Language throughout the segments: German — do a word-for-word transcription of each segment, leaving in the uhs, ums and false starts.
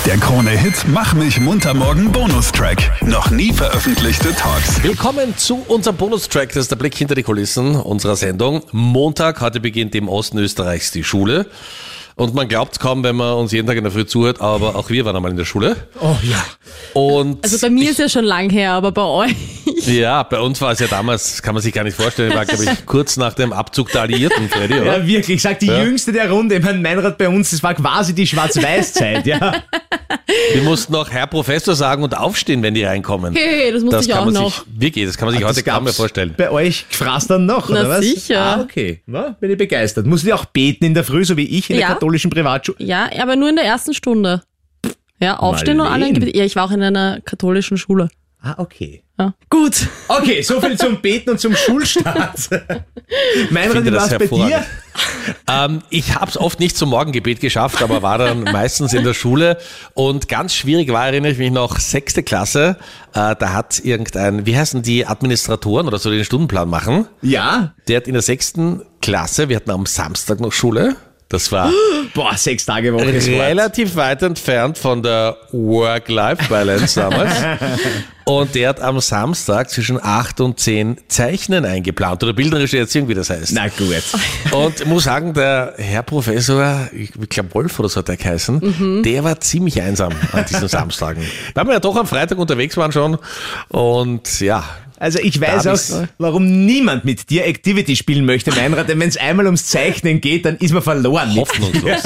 Der Krone-Hit Mach mich munter morgen Bonustrack. Noch nie veröffentlichte Talks. Willkommen zu unserem Bonustrack. Das ist der Blick hinter die Kulissen unserer Sendung. Montag, heute beginnt im Osten Österreichs die Schule. Und man glaubt es kaum, wenn man uns jeden Tag in der Früh zuhört, aber auch wir waren einmal in der Schule. Oh ja. Und Also bei mir ist ja schon lang her, aber bei euch? ja, bei uns war es ja damals, kann man sich gar nicht vorstellen, war glaube ich kurz nach dem Abzug der Alliierten, Freddy, oder? Ja, wirklich. Ich sag, die Ja. jüngste der Runde. Ich mein, Meinrad bei uns, das war quasi die Schwarz-Weiß-Zeit, ja. Wir mussten noch Herr Professor sagen und aufstehen, wenn die reinkommen. Hey, das musste das ich kann auch man noch. sich, wirklich, das kann man sich Das heute kaum mehr gab's vorstellen. Bei euch gefraßt dann noch, Na oder was? sicher. Ah, okay. Na, bin ich begeistert. Musst du auch beten in der Früh, so wie ich in der Ja. katholischen Privatschule? Ja, aber nur in der ersten Stunde. Ja, aufstehen und alle. Marleen. Ja, ich war auch in einer katholischen Schule. Ah, okay. Ja. Gut. Okay, so viel zum Beten und zum Schulstart. Meinrad, finde wie das war's bei dir? hervorragend. Ähm, ich habe es oft nicht zum Morgengebet geschafft, aber war dann meistens in der Schule. Und ganz schwierig war, erinnere ich mich noch, sechste Klasse. Äh, da hat irgendein, wie heißen die Administratoren oder so, die den Stundenplan machen. Ja? Der hat in der sechsten Klasse, wir hatten am Samstag noch Schule. Das war Boah, sechs Tage Woche ist hart. relativ weit entfernt von der Work-Life-Balance damals. Und der hat am Samstag zwischen acht und zehn Zeichnen eingeplant oder bildnerische Erziehung, wie das heißt. Na gut. Und ich muss sagen, der Herr Professor, ich glaube Wolf oder so hat der geheißen, Mhm. der war ziemlich einsam an diesen Samstagen. Weil wir ja doch am Freitag unterwegs waren schon. Und ja, Also ich weiß Da auch, bist du. warum niemand mit dir Activity spielen möchte, Meinrad, denn wenn es einmal ums Zeichnen geht, dann ist man verloren. hoffnungslos.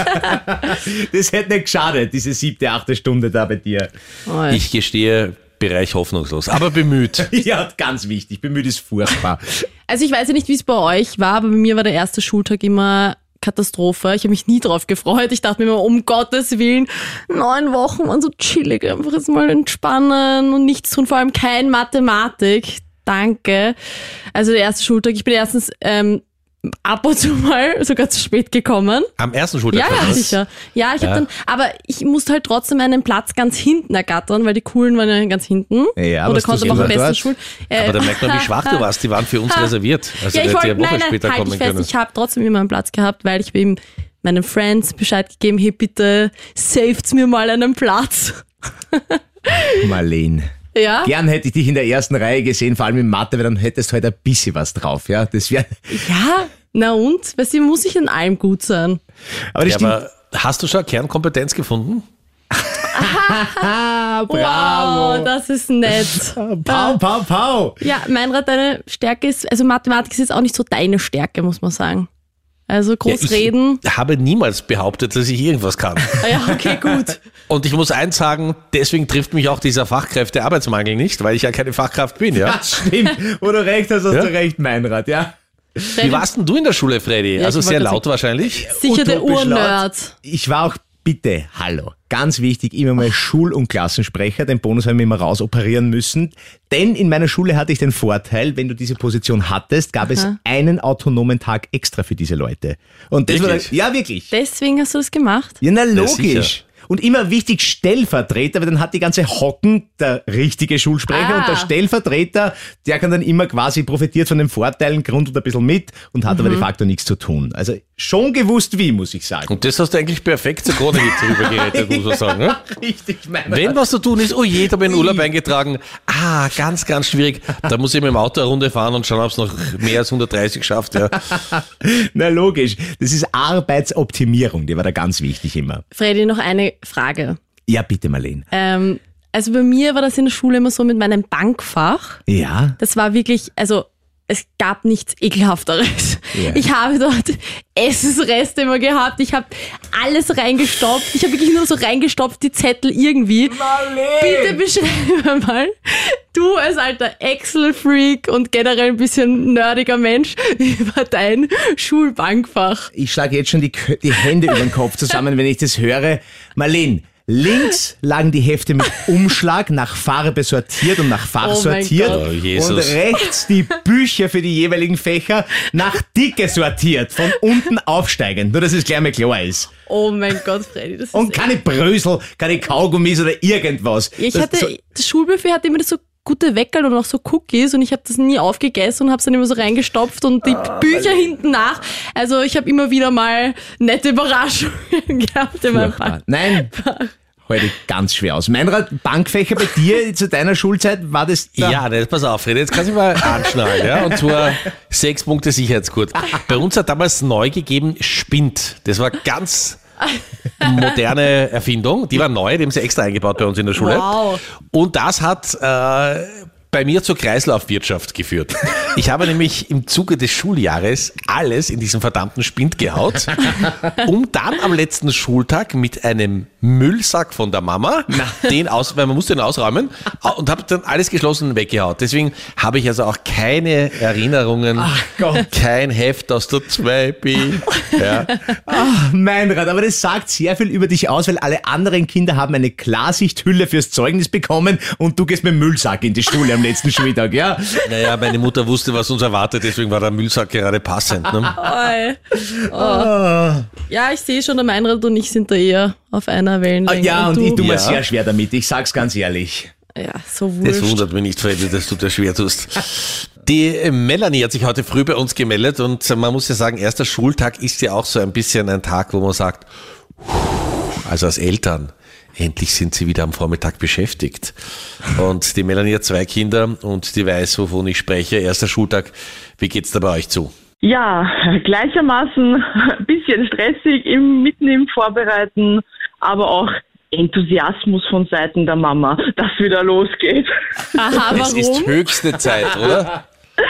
Das hätte nicht geschadet, diese siebte, achte Stunde da bei dir. Oh, ja. Ich gestehe, Bereich hoffnungslos, aber bemüht. Ja, ganz wichtig. Bemüht ist furchtbar. Also ich weiß ja nicht, wie es bei euch war, aber bei mir war der erste Schultag immer Katastrophe. Ich habe mich nie drauf gefreut. Ich dachte mir immer, um Gottes Willen, neun Wochen waren so chillig, einfach jetzt mal entspannen und nichts tun, vor allem kein Mathematik. Danke. Also der erste Schultag, ich bin erstens ähm, ab und zu mal sogar zu spät gekommen. Am ersten Schultag. Ja, war ja, das. sicher. Ja, ich Ja. hab dann, aber ich musste halt trotzdem einen Platz ganz hinten ergattern, weil die Coolen waren ja ganz hinten. Ja, Oder was konnte tust man du auch am da besten dort? Schulen. Aber da merkt man, wie schwach du warst. Die waren für uns reserviert. Also ja, ich hätte wollte, ja eine Woche nein, nein, später halt kommen ich fest, können. ich habe trotzdem immer einen Platz gehabt, weil ich eben meinen Friends Bescheid gegeben, hey, bitte savet's mir mal einen Platz. Marleen. Ja? Gern hätte ich dich in der ersten Reihe gesehen, vor allem in Mathe, weil dann hättest du halt ein bisschen was drauf. Ja, das wäre. Ja, na und? Weißt du, muss ich in allem gut sein. Aber das Ja, stimmt. aber hast du schon Kernkompetenz gefunden? Ah, Wow, bravo. das ist nett. Pau, pau, pau. Ja, Meinrad, deine Stärke ist, also Mathematik ist jetzt auch nicht so deine Stärke, muss man sagen. Also groß Ja, reden. Ich habe niemals behauptet, dass ich irgendwas kann. Ah ja, okay, gut. Und ich muss eins sagen, deswegen trifft mich auch dieser Fachkräftearbeitsmangel nicht, weil ich ja keine Fachkraft bin, ja? Das stimmt. Wo du recht hast, hast Ja? du recht, Meinrad, ja. Wie warst denn du in der Schule, Freddy? Ja, Also ich sehr wollte laut wahrscheinlich. Sicher der Utopisch laut. Urnerd. Ich war auch, bitte, hallo, ganz wichtig, immer mal Schul- und Klassensprecher. Den Bonus haben wir immer rausoperieren müssen. Denn in meiner Schule hatte ich den Vorteil, wenn du diese Position hattest, gab es einen autonomen Tag extra für diese Leute. Und das Wirklich? war, ja, wirklich. Deswegen hast du das gemacht? Ja, na Ja, logisch. sicher. Und immer wichtig Stellvertreter, weil dann hat die ganze Hocken der richtige Schulsprecher Ah. und der Stellvertreter, der kann dann immer quasi profitiert von den Vorteilen, grundt ein bisschen mit und hat aber de facto nichts zu tun. Also schon gewusst wie, muss ich sagen. Und das hast du eigentlich perfekt zur Krone-Hit rübergerettet, muss man sagen. Ne? Richtig, mein Wenn was zu tun ist, oh je, da habe ich einen Urlaub eingetragen. Ah, ganz, ganz schwierig. Da muss ich mit dem Auto eine Runde fahren und schauen, ob es noch mehr als hundertdreißig schafft. Ja. Na logisch, das ist Arbeitsoptimierung, die war da ganz wichtig immer. Freddy, noch eine Frage. Ja, bitte, Marleen. Ähm, also bei mir war das in der Schule immer so mit meinem Bankfach. Ja? Das war wirklich, also es gab nichts Ekelhafteres. Ja. Ich habe dort Essensreste immer gehabt. Ich habe alles reingestopft. Ich habe wirklich nur so reingestopft, die Zettel irgendwie. Bitte beschreibe mal, du als alter Excel-Freak und generell ein bisschen nerdiger Mensch, über dein Schulbankfach. Ich schlage jetzt schon die, Kö- die Hände über den Kopf zusammen, wenn ich das höre. Marleen, links lagen die Hefte mit Umschlag nach Farbe sortiert und nach Fach Oh mein sortiert. Gott. Oh, Jesus. Und rechts die Bücher für die jeweiligen Fächer nach Dicke sortiert, von unten aufsteigend. Nur, dass es gleich mal klar ist. Oh mein Gott, Freddy. Das ist Und keine Brösel, keine Kaugummis oder irgendwas. Ich Das- hatte, so- das Schulbuffet hatte immer das so gute Weckerl und auch so Cookies und ich habe das nie aufgegessen und habe es dann immer so reingestopft und die Bücher hinten nach. Also ich habe immer wieder mal nette Überraschungen gehabt in meinem Furchtbar. Bad. Nein, heute ganz schwer aus. Meinrad, Bankfächer bei dir zu deiner Schulzeit, war das da? Ja, ne, pass auf, Fred, jetzt kannst du mal anschnallen. Ja? Und zwar sechs Punkte Sicherheitsgurt. Bei uns hat damals neu gegeben Spind. Das war ganz moderne Erfindung. Die war neu, die haben sie extra eingebaut bei uns in der Schule. Wow. Und das hat äh, bei mir zur Kreislaufwirtschaft geführt. Ich habe nämlich im Zuge des Schuljahres alles in diesen verdammten Spind gehaut, um dann am letzten Schultag mit einem Müllsack von der Mama, den aus, weil man musste den ausräumen, und habe dann alles geschlossen weggehaut. Deswegen habe ich also auch keine Erinnerungen, Ach Gott. kein Heft aus der zwei B. Ja. Ach, Meinrad, aber das sagt sehr viel über dich aus, weil alle anderen Kinder haben eine Klarsichthülle fürs Zeugnis bekommen und du gehst mit dem Müllsack in die Schule am letzten Schultag, ja? Naja, meine Mutter wusste, was uns erwartet, deswegen war der Müllsack gerade passend. Ne? Oi. Oh. Ja, ich sehe schon, der Meinrad und ich sind da eher auf einer Wellenlänge. Ja, und du? ich tue mir Ja. sehr schwer damit, ich sag's ganz ehrlich. Ja, so Das wurscht. wundert mich nicht, Freddy, dass du das schwer tust. Die Melanie hat sich heute früh bei uns gemeldet und man muss ja sagen, erster Schultag ist ja auch so ein bisschen ein Tag, wo man sagt, also als Eltern, endlich sind sie wieder am Vormittag beschäftigt. Und die Melanie hat zwei Kinder und die weiß, wovon ich spreche. Erster Schultag, wie geht's da bei euch zu? Ja, gleichermaßen ein bisschen stressig im Mitten im Vorbereiten, aber auch Enthusiasmus von Seiten der Mama, dass wieder losgeht. Aha, Es ist warum? höchste Zeit, oder?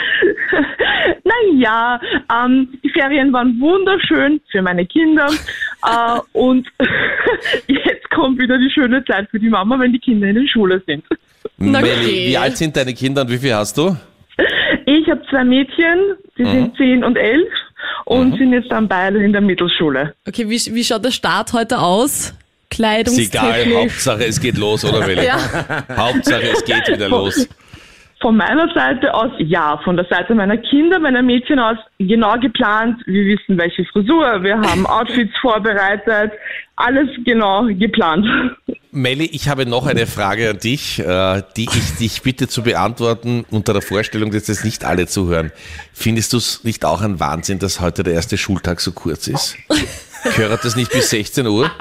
Naja, ähm, die Ferien waren wunderschön für meine Kinder äh, und jetzt kommt wieder die schöne Zeit für die Mama, wenn die Kinder in der Schule sind. Na, Melli, okay. wie alt sind deine Kinder und wie viel hast du? Ich habe zwei Mädchen, die sind zehn und elf und sind jetzt dann beide in der Mittelschule. Okay, wie, wie schaut der Start heute aus? Ist egal, Kleidungstechnisch? Hauptsache es geht los, oder Melli? Ja. Hauptsache es geht wieder los. Von meiner Seite aus ja, von der Seite meiner Kinder, meiner Mädchen aus genau geplant. Wir wissen, welche Frisur, wir haben Outfits vorbereitet, alles genau geplant. Melli, ich habe noch eine Frage an dich, äh, die ich dich bitte zu beantworten unter der Vorstellung, dass das nicht alle zuhören. Findest du es nicht auch ein Wahnsinn, dass heute der erste Schultag so kurz ist? Gehört das nicht bis sechzehn Uhr?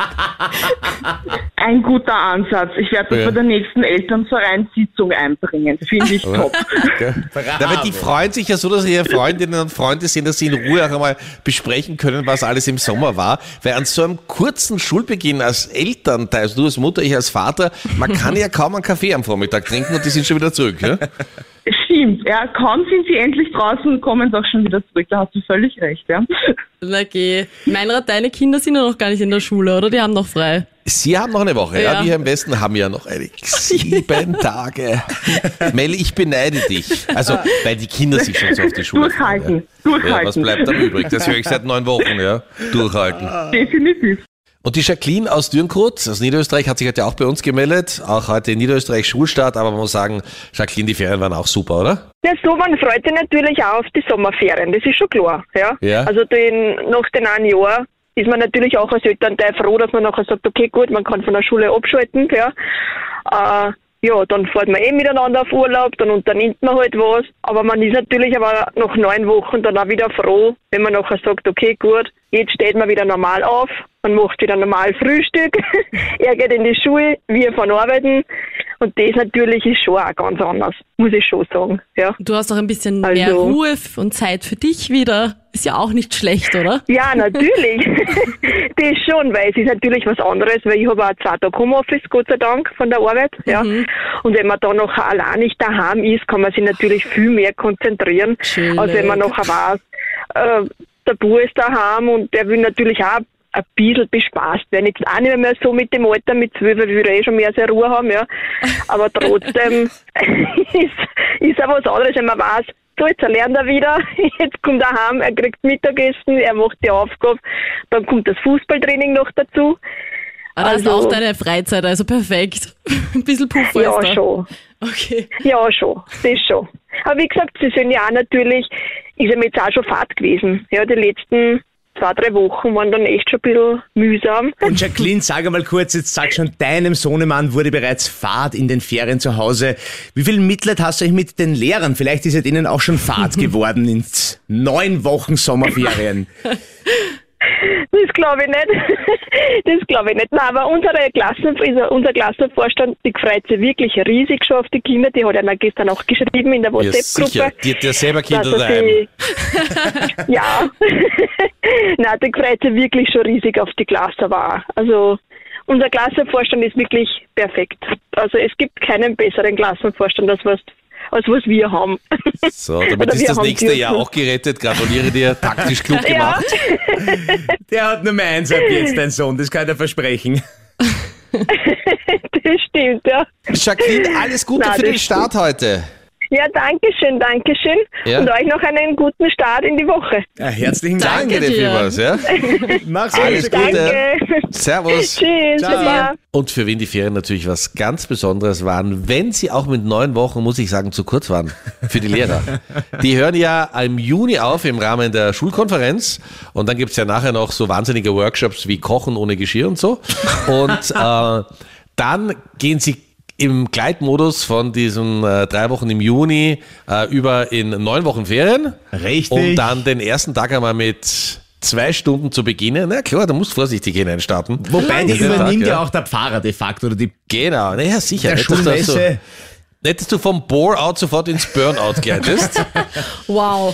Ein guter Ansatz. Ich werde das Ja. bei der nächsten Elternvereinssitzung einbringen. Finde ich top. Dabei, die freuen sich ja so, dass ihre Freundinnen und Freunde sind, dass sie in Ruhe auch einmal besprechen können, was alles im Sommer war. Weil an so einem kurzen Schulbeginn als Elternteil, also du als Mutter, ich als Vater, man kann ja kaum einen Kaffee am Vormittag trinken und die sind schon wieder zurück. Ja? Stimmt, ja, kaum sind sie endlich draußen, kommen sie auch schon wieder zurück. Da hast du völlig recht, ja. Na geh. Meinrad, deine Kinder sind ja noch gar nicht in der Schule, oder? Die haben noch frei. Sie haben noch eine Woche, ja. Ja. Wir hier im Westen haben ja noch eine sieben Tage. Melli, ich beneide dich. Also, weil die Kinder sich schon so auf die Schule freuen, Durchhalten, ja. durchhalten. Ja, was bleibt dann übrig? Das höre ich seit neun Wochen, ja. Durchhalten. Definitiv. Und die Jacqueline aus Dürnkot, aus Niederösterreich, hat sich heute auch bei uns gemeldet. Auch heute in Niederösterreich Schulstart, aber man muss sagen, Jacqueline, die Ferien waren auch super, oder? Ja, so, man freut sich natürlich auch auf die Sommerferien, das ist schon klar. Ja? Ja. Also den, nach den einen Jahr ist man natürlich auch als Elternteil froh, dass man nachher sagt, okay, gut, man kann von der Schule abschalten. Ja, äh, ja dann fährt man eh miteinander auf Urlaub, dann unternimmt man halt was. Aber man ist natürlich aber nach neun Wochen dann auch wieder froh, wenn man nachher sagt, okay, gut, jetzt steht man wieder normal auf, man macht wieder normal Frühstück, er geht in die Schule, wir fahren arbeiten. Und das natürlich ist schon auch ganz anders, muss ich schon sagen. Ja, Du hast auch ein bisschen Also- mehr Ruhe f- und Zeit für dich wieder. Ist ja auch nicht schlecht, oder? ja natürlich. Das schon, weil es ist natürlich was anderes, weil ich habe auch zwei Tage Homeoffice, Gott sei Dank, von der Arbeit. Ja. Und wenn man da nachher allein nicht daheim ist, kann man sich natürlich viel mehr konzentrieren, Chillig. als wenn man nachher weiß, äh, der Bub ist daheim und der will natürlich auch ein bisschen bespaßt werden. Jetzt auch nicht mehr so mit dem Alter, mit zwölf, weil wir eh schon mehr sehr Ruhe haben, ja. Aber trotzdem ist, ist auch was anderes, wenn man weiß, so, jetzt lernt er wieder, jetzt kommt er heim, er kriegt Mittagessen, er macht die Aufgabe, dann kommt das Fußballtraining noch dazu. Aber da hast Also- auch deine Freizeit, also perfekt. Ein bisschen Puffer Ja, ist da. schon. Okay. Ja, schon, das schon. Aber wie gesagt, sie sind ja auch natürlich, ist ja jetzt auch schon Fahrt gewesen. Ja, die letzten zwei, drei Wochen waren dann echt schon ein bisschen mühsam. Und Jacqueline, sag einmal kurz, jetzt sag schon, deinem Sohnemann wurde bereits Fahrt in den Ferien zu Hause. Wie viel Mitleid hast du eigentlich mit den Lehrern? Vielleicht ist ja denen auch schon Fahrt geworden ins neun Wochen Sommerferien. Das glaube ich nicht. Das glaube ich nicht. Nein, aber unsere Klassen, also unser Klassenvorstand, die freut sich wirklich riesig schon auf die Kinder. Die hat ja gestern auch geschrieben in der Ja, WhatsApp-Gruppe. sicher. Die hat ja selber Kinder dass er daheim. sie- Ja. Nein, die freut sich wirklich schon riesig auf die Klasse. Aber also unser Klassenvorstand ist wirklich perfekt. Also es gibt keinen besseren Klassenvorstand, als was, als was wir haben. So, damit Oder ist wir das haben nächste dürfen. Jahr auch gerettet. Gratuliere dir, taktisch klug gemacht. Der hat Nummer eins ab jetzt, dein Sohn, das kann ich dir versprechen. Das stimmt, ja. Jacqueline, alles Gute Na, für das den Start heute. Ja, danke schön, danke schön. Ja. Und euch noch einen guten Start in die Woche. Ja, herzlichen Dank. Danke dir dir. vielmals. Ja? Mach's gut. Alles Gute. Danke. Servus. Tschüss. Ciao. Baba. Und für wen die Ferien natürlich was ganz Besonderes waren, wenn sie auch mit neun Wochen, muss ich sagen, zu kurz waren für die Lehrer. Die hören ja im Juni auf im Rahmen der Schulkonferenz und dann gibt's ja nachher noch so wahnsinnige Workshops wie Kochen ohne Geschirr und so. Und äh, dann gehen sie im Gleitmodus von diesen äh, drei Wochen im Juni äh, über in neun Wochen Ferien. Richtig. Um dann den ersten Tag einmal mit zwei Stunden zu beginnen. Na klar, da musst du vorsichtig hineinstarten. Wobei, die Jeden übernimmt Tag, ja auch der Pfarrer de facto, oder die Genau, naja, sicher. der Nicht, dass du also- Schulmesse. nicht, dass du vom Bore-out sofort ins Burnout gleitest. Wow.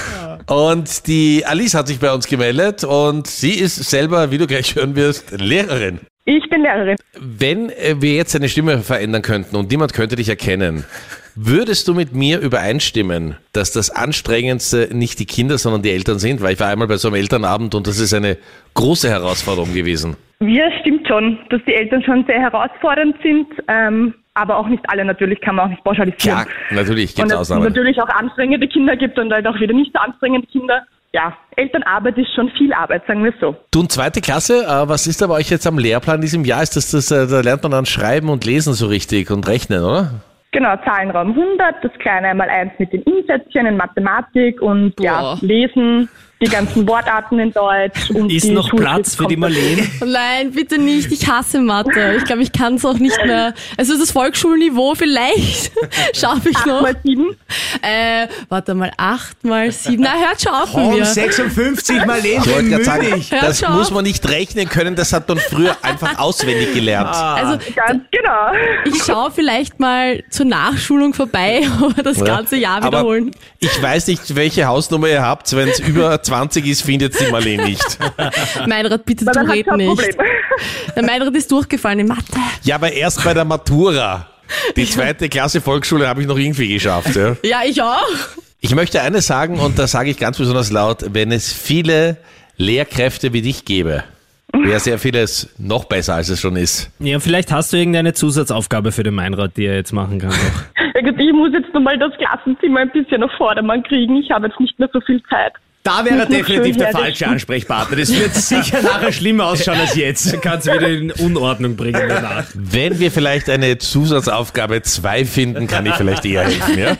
Und die Alice hat sich bei uns gemeldet und sie ist selber, wie du gleich hören wirst, Lehrerin. Ich bin Lehrerin. Wenn äh, wir jetzt deine Stimme verändern könnten und niemand könnte dich erkennen, würdest du mit mir übereinstimmen, dass das Anstrengendste nicht die Kinder, sondern die Eltern sind? Weil ich war einmal bei so einem Elternabend und das ist eine große Herausforderung gewesen. Ja, stimmt schon, dass die Eltern schon sehr herausfordernd sind, ähm, aber auch nicht alle natürlich, kann man auch nicht pauschalisieren. Klar, natürlich gibt und es es Ausnahmen. natürlich auch anstrengende Kinder gibt und halt auch wieder nicht so anstrengende Kinder. Ja, Elternarbeit ist schon viel Arbeit, sagen wir es so. Du, und zweite Klasse, äh, was ist da bei euch jetzt am Lehrplan in diesem Jahr? Ist das, das äh, da lernt man dann Schreiben und Lesen so richtig und Rechnen, oder? Genau, Zahlenraum hundert, das kleine einmal eins mit den Insätzchen in Mathematik und ja, Boah. Lesen, die ganzen Wortarten in Deutsch. Und Ist die noch Schulschrift Platz für die kommt dazu. Marlene? Nein, bitte nicht. Ich hasse Mathe. Ich glaube, ich kann es auch nicht mehr. Also das Volksschulniveau vielleicht schaffe ich acht noch. mal sieben. Äh, warte mal, acht mal sieben. Na, hört schon auf mit Komm, mir. sechsundfünfzig Marlene, Ich wollte gerade sagen, bemühe dich. Hör das schon muss auf. man nicht rechnen können, das hat man früher einfach auswendig gelernt. Also Ganz genau. ich schaue vielleicht mal zur Nachschulung vorbei, aber das ganze Jahr Aber wiederholen. ich weiß nicht, welche Hausnummer ihr habt. Wenn es über zwanzig ist, findet die Marlene nicht. Meinrad, bitte, Dann du hat red kein nicht. Problem. Der Meinrad ist durchgefallen in Mathe. Ja, aber erst bei der Matura. Die zweite Klasse Volksschule habe ich noch irgendwie geschafft. Ja. Ja, ich auch. Ich möchte eines sagen, und das sage ich ganz besonders laut, wenn es viele Lehrkräfte wie dich gäbe, wäre sehr vieles noch besser, als es schon ist. Ja, vielleicht hast du irgendeine Zusatzaufgabe für den Meinrad, die er jetzt machen kann. Doch. Ja gut, ich muss jetzt nochmal das Klassenzimmer ein bisschen auf Vordermann kriegen. Ich habe jetzt nicht mehr so viel Zeit. Da wäre er Muss noch definitiv schön der herrichten. falsche Ansprechpartner. Das wird sicher nachher schlimmer ausschauen als jetzt. Du kannst wieder in Unordnung bringen danach. Wenn wir vielleicht eine Zusatzaufgabe zwei finden, kann ich vielleicht eher helfen, ja?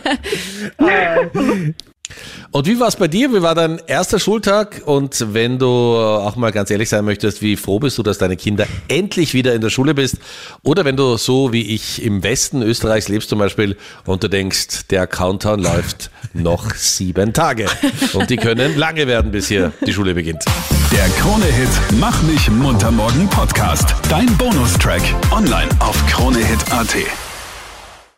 Und wie war es bei dir? Wie war dein erster Schultag? Und wenn du auch mal ganz ehrlich sein möchtest, wie froh bist du, dass deine Kinder endlich wieder in der Schule bist? Oder wenn du so wie ich im Westen Österreichs lebst zum Beispiel und du denkst, der Countdown läuft noch sieben Tage. Und die können lange werden, bis hier die Schule beginnt. Der Krone-Hit Mach mich munter morgen Podcast. Dein Bonustrack. Online auf kronehit punkt at.